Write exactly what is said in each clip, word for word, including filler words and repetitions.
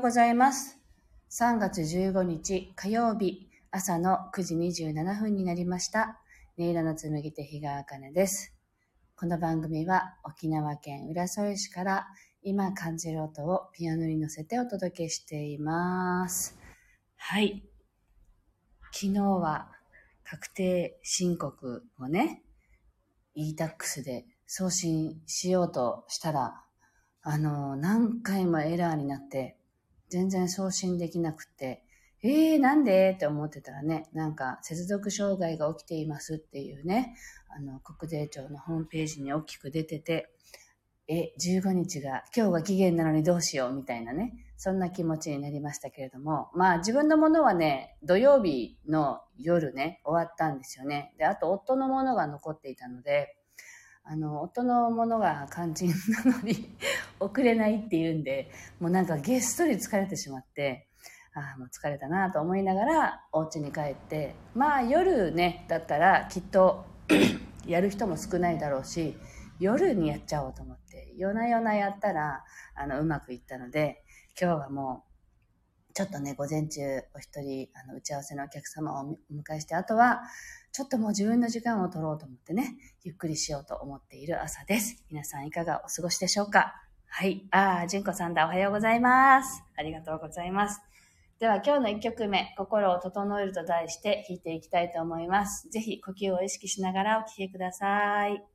ございます。さんがつじゅうごにち火曜日朝のくじにじゅうななふんになりました。音色の紡手日川茜です。この番組は沖縄県浦添市から今感じる音をピアノに乗せてお届けしています。はい。昨日は確定申告をね、イータックス で送信しようとしたら、あの、何回もエラーになって、全然送信できなくて、えー、なんでって思ってたらね、なんか接続障害が起きていますっていうね、あの、国税庁のホームページに大きく出てて、え、じゅうごにちが、今日が期限なのにどうしようみたいなね、そんな気持ちになりましたけれども、まあ自分のものはね、土曜日の夜ね、終わったんですよね。で、あと夫のものが残っていたので、あの、夫のものが肝心なのに送れないっていうんで、もうなんかげっそり疲れてしまって、ああ、もう疲れたなと思いながらお家に帰って、まあ夜ね、だったらきっとやる人も少ないだろうし、夜にやっちゃおうと思って、夜な夜なやったら、あの、うまくいったので、今日はもう、ちょっとね、午前中お一人、あの、打ち合わせのお客様をお迎えして、あとは、ちょっともう自分の時間を取ろうと思ってね、ゆっくりしようと思っている朝です。皆さんいかがお過ごしでしょうか？はい。ああ、純子さんだ。おはようございます。ありがとうございます。では今日のいっきょくめ、心を整えると題して弾いていきたいと思います。ぜひ呼吸を意識しながらお聴きください。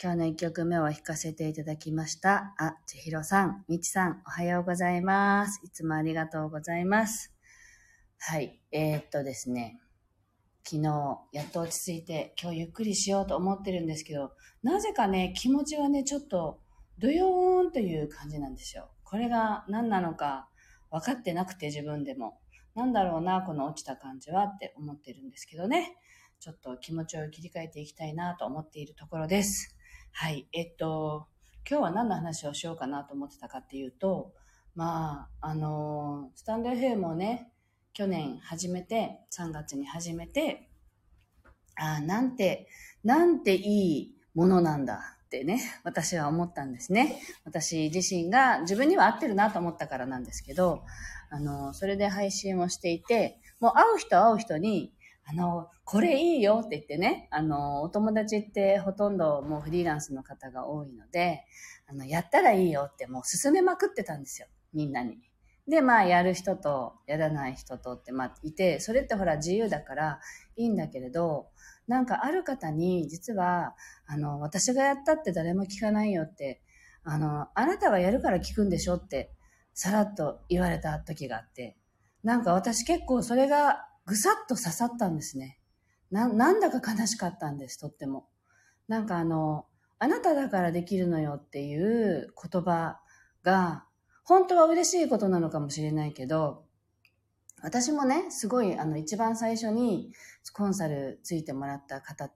今日の一曲目を弾かせていただきました。あ、千尋さん、みちさん、おはようございます。いつもありがとうございます。はい、えー、っとですね、昨日、やっと落ち着いて、今日ゆっくりしようと思ってるんですけど、なぜかね、気持ちはね、ちょっと、ドヨーンという感じなんですよ。これが何なのか分かってなくて、自分でも。なんだろうな、この落ちた感じはって思ってるんですけどね。ちょっと気持ちを切り替えていきたいなと思っているところです。はい。えっと、今日は何の話をしようかなと思ってたかっていうと、まあ、あの、スタンド エフエム をね、去年始めて、さんがつに始めて、ああ、なんて、なんていいものなんだってね、私は思ったんですね。私自身が自分には合ってるなと思ったからなんですけど、あの、それで配信をしていて、もう会う人会う人に、あの、これいいよって言ってね、あの、お友達ってほとんどもうフリーランスの方が多いので、あの、やったらいいよってもう勧めまくってたんですよ、みんなに。で、まあ、やる人とやらない人とって、まあ、いて、それってほら自由だからいいんだけれど、なんかある方に、実は、あの、私がやったって誰も聞かないよって、あの、あなたがやるから聞くんでしょって、さらっと言われた時があって、なんか私結構それがぐさっと刺さったんですね。な、なんだか悲しかったんです、とっても。なんかあの、あなただからできるのよっていう言葉が、本当は嬉しいことなのかもしれないけど、私もね、すごい、あの、一番最初にコンサルついてもらった方って、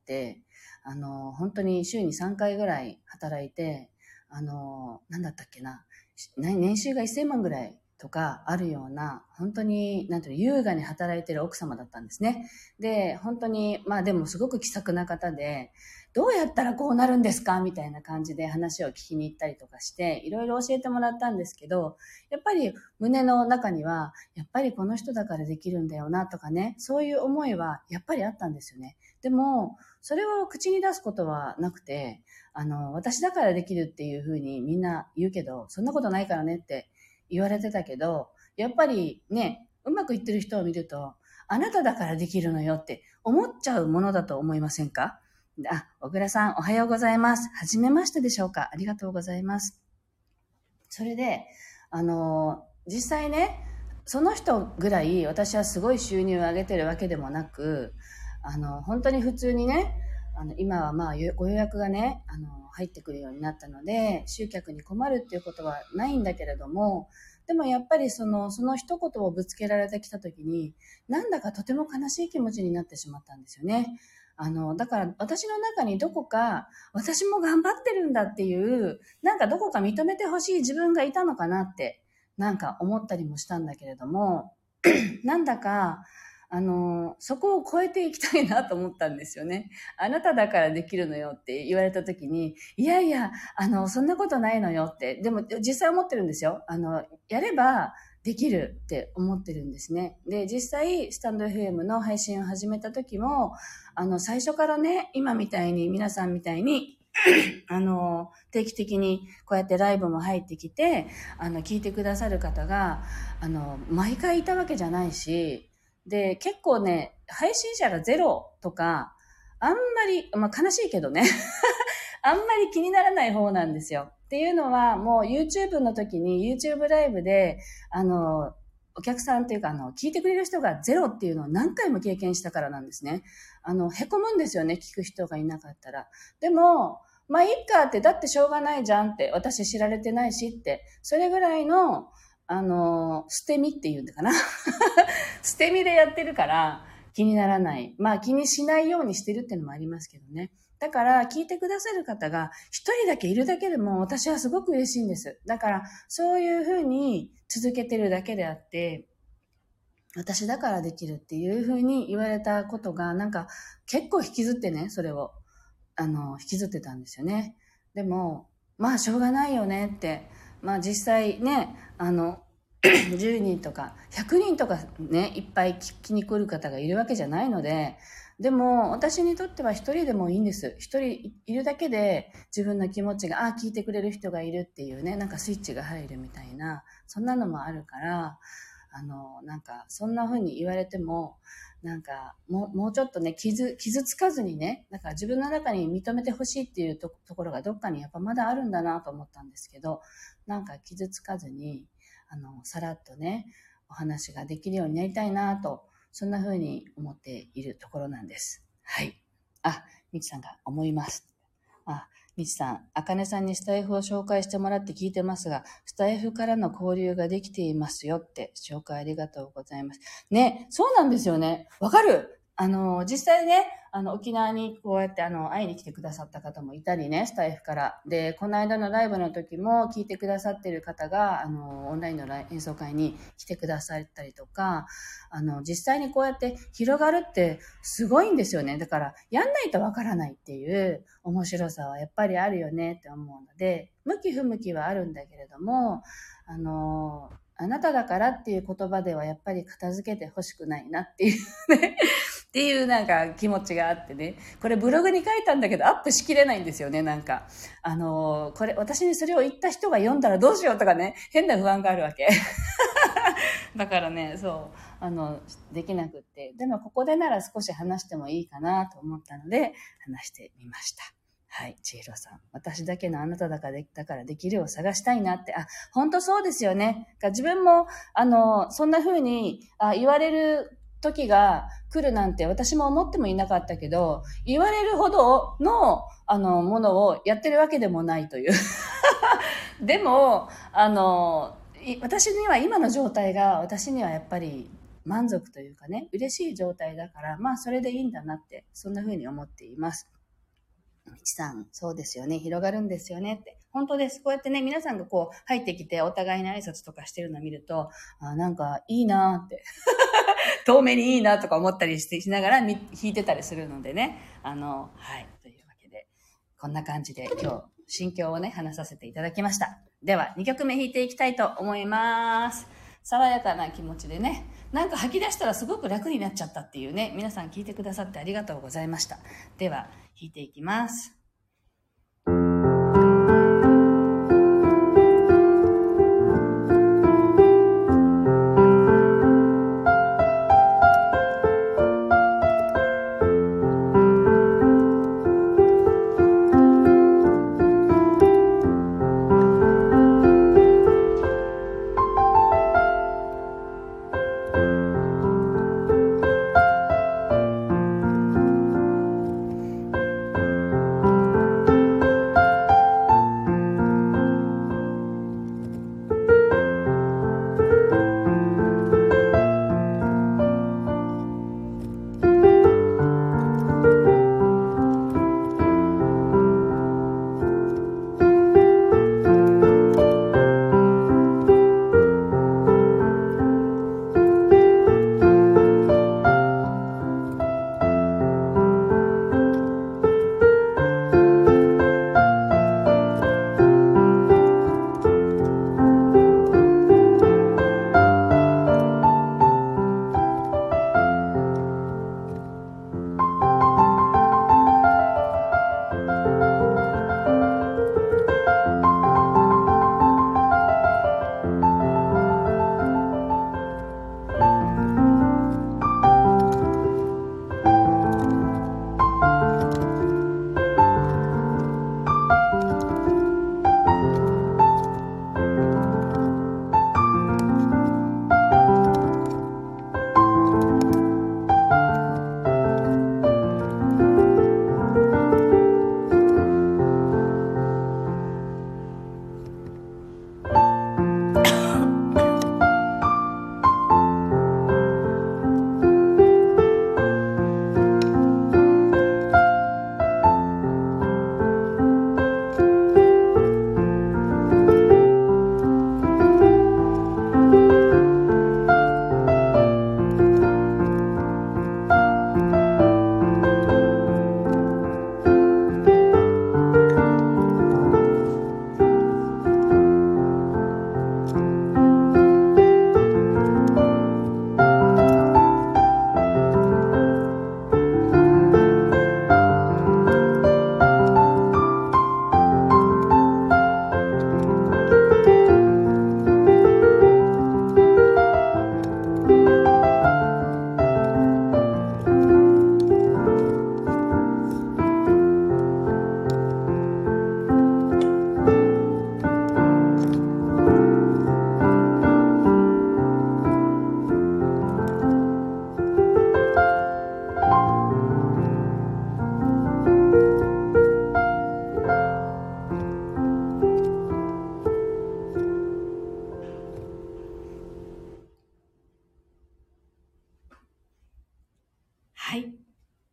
あの、本当に週にさんかいぐらい働いて、あの、なんだったっけな、年収がせんまんぐらいとかあるような、本当に、なんていうの、優雅に働いてる奥様だったんですね。で、本当に、まあでもすごく気さくな方で、どうやったらこうなるんですかみたいな感じで話を聞きに行ったりとかして、いろいろ教えてもらったんですけど、やっぱり胸の中には、やっぱりこの人だからできるんだよなとかね、そういう思いはやっぱりあったんですよね。でも、それを口に出すことはなくて、あの、私だからできるっていうふうにみんな言うけど、そんなことないからねって言われてたけど、やっぱりね、うまくいってる人を見ると、あなただからできるのよって思っちゃうものだと思いませんか？あ、小倉さんおはようございます。はじめましてでしょうか？ありがとうございます。それで、あの、実際ね、その人ぐらい私はすごい収入を上げてるわけでもなく、あの、本当に普通にね、あの、今はまあご予約がね、あの、入ってくるようになったので、集客に困るっていうことはないんだけれども、でもやっぱりその、その一言をぶつけられてきたときに、なんだかとても悲しい気持ちになってしまったんですよね。あの、だから私の中にどこか、私も頑張ってるんだっていう、なんかどこか認めてほしい自分がいたのかなって、なんか思ったりもしたんだけれども、なんだか、あの、そこを超えていきたいなと思ったんですよね。あなただからできるのよって言われたときに、いやいや、あの、そんなことないのよって、でも実際思ってるんですよ。あの、やればできるって思ってるんですね。で、実際、スタンド エフエム の配信を始めた時も、あの、最初からね、今みたいに、皆さんみたいに、あの、定期的にこうやってライブも入ってきて、あの、聞いてくださる方が、あの、毎回いたわけじゃないし、で、結構ね、配信者がゼロとか、あんまり、まあ、悲しいけどね、あんまり気にならない方なんですよ。っていうのは、もう YouTube の時に YouTube ライブで、あの、お客さんっていうか、あの、聞いてくれる人がゼロっていうのを何回も経験したからなんですね。あの、凹むんですよね、聞く人がいなかったら。でも、まあ、いいかって、だってしょうがないじゃんって、私知られてないしって、それぐらいの、あの、捨て身っていうんだかな。捨て身でやってるから気にならない。まあ気にしないようにしてるっていうのもありますけどね。だから聞いてくださる方が一人だけいるだけでも私はすごく嬉しいんです。だからそういうふうに続けてるだけであって、私だからできるっていうふうに言われたことがなんか結構引きずってね、それをあの引きずってたんですよね。でもまあしょうがないよねって、まあ実際ね、あのじゅうにんとかひゃくにんとかね、いっぱい聞きに来る方がいるわけじゃないので、でも私にとっては一人でもいいんです。一人いるだけで自分の気持ちが、ああ聞いてくれる人がいるっていうね、なんかスイッチが入るみたいな、そんなのもあるから、 あの、なんか、そんな風に言われても、なんか、もう、もうちょっとね、傷、傷つかずにね、なんか自分の中に認めてほしいっていうと、ところがどっかにやっぱまだあるんだなと思ったんですけど、なんか傷つかずに、あの、さらっとね、お話ができるようになりたいなと、そんな風に思っているところなんです。はい。あ、みちさんが思います。あ、みちさん、あかねさんにスタイフを紹介してもらって聞いてますが、スタイフからの交流ができていますよって紹介ありがとうございます。ね、そうなんですよね。わかる。あの、実際ね、あの、沖縄にこうやってあの、会いに来てくださった方もいたりね、スタイフから。で、この間のライブの時も聞いてくださってる方が、あの、オンラインの演奏会に来てくださったりとか、あの、実際にこうやって広がるってすごいんですよね。だから、やんないとわからないっていう面白さはやっぱりあるよねって思うので、向き不向きはあるんだけれども、あの、あなただからっていう言葉ではやっぱり片付けてほしくないなっていうね。っていうなんか気持ちがあってね。これブログに書いたんだけどアップしきれないんですよね、なんか。あの、これ私にそれを言った人が読んだらどうしようとかね、変な不安があるわけ。だからね、そう、あの、できなくって。でもここでなら少し話してもいいかなと思ったので、話してみました。はい、千尋さん。私だけのあなただからでだからできるを探したいなって。あ、本当そうですよね。自分も、あの、そんな風にあ言われる時が来るなんて私も思ってもいなかったけど、言われるほどの、あの、ものをやってるわけでもないという。でも、あの、私には今の状態が、私にはやっぱり満足というかね、嬉しい状態だから、まあそれでいいんだなって、そんな風に思っています。みちさん、そうですよね。広がるんですよねって。本当です。こうやってね、皆さんがこう入ってきてお互いに挨拶とかしてるのを見ると、あ、なんかいいなって。遠目にいいなとか思ったりしてしながら弾いてたりするのでね。あの、はい。というわけで、こんな感じで今日、心境をね、話させていただきました。では、にきょくめ弾いていきたいと思います。爽やかな気持ちでね、なんか吐き出したらすごく楽になっちゃったっていうね、皆さん聞いてくださってありがとうございました。では、弾いていきます。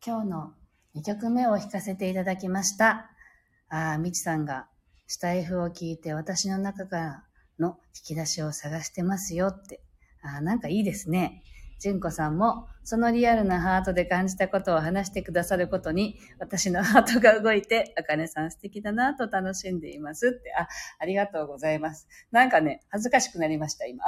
今日のにきょくめを弾かせていただきました。ああ、みちさんがスタイフを聞いて私の中からの引き出しを探してますよって。ああ、なんかいいですね。じゅんこさんもそのリアルなハートで感じたことを話してくださることに私のハートが動いて、あかねさん素敵だなと楽しんでいますって。あ、ありがとうございます。なんかね、恥ずかしくなりました、今。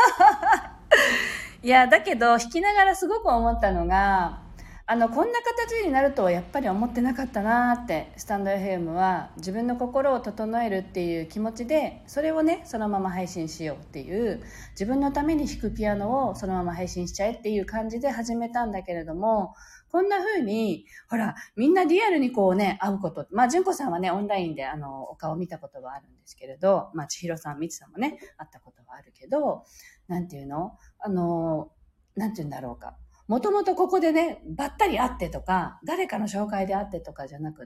いや、だけど弾きながらすごく思ったのが、あの、こんな形になるとはやっぱり思ってなかったなーって、スタンド エフエム は自分の心を整えるっていう気持ちで、それをね、そのまま配信しようっていう、自分のために弾くピアノをそのまま配信しちゃえっていう感じで始めたんだけれども、こんな風に、ほら、みんなリアルにこうね、会うこと、まあ、純子さんはね、オンラインであの、お顔見たことはあるんですけれど、まあ、千尋さん、みつさんもね、会ったことはあるけど、なんていうのあの、なんていうんだろうか。もともとここでね、ばったり会ってとか、誰かの紹介で会ってとかじゃなくって、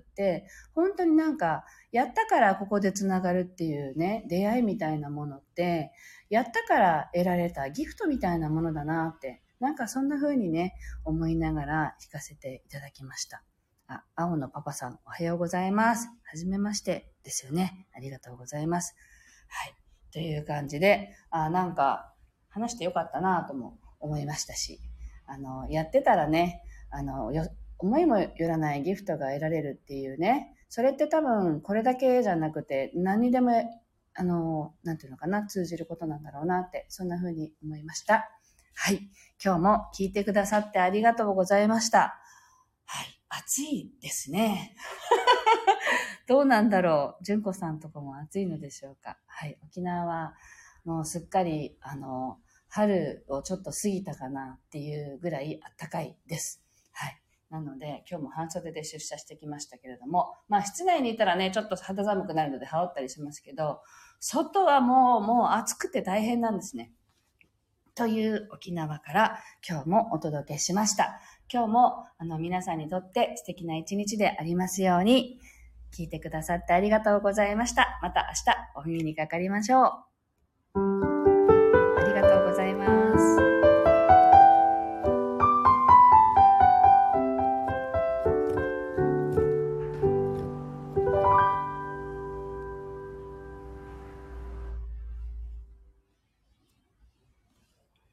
本当になんか、やったからここでつながるっていうね、出会いみたいなものって、やったから得られたギフトみたいなものだなって、なんかそんな風にね、思いながら弾かせていただきました。あ、青のパパさん、おはようございます。はじめましてですよね。ありがとうございます。はい。という感じで、あ、なんか、話してよかったなとも思いましたし、あの、やってたらね、あの、よ、思いもよらないギフトが得られるっていうね、それって多分これだけじゃなくて何にでも、あの、なんていうのかな、通じることなんだろうなって、そんな風に思いました。はい。今日も聞いてくださってありがとうございました。はい。暑いですね。どうなんだろう。純子さんとかも暑いのでしょうか。はい。沖縄はもうすっかり、あの、春をちょっと過ぎたかなっていうぐらい暖かいです。はい。なので、今日も半袖で出社してきましたけれども、まあ室内にいたらね、ちょっと肌寒くなるので羽織ったりしますけど、外はもう、もう暑くて大変なんですね。という沖縄から今日もお届けしました。今日もあの皆さんにとって素敵な一日でありますように。聞いてくださってありがとうございました。また明日お耳にかかりましょう。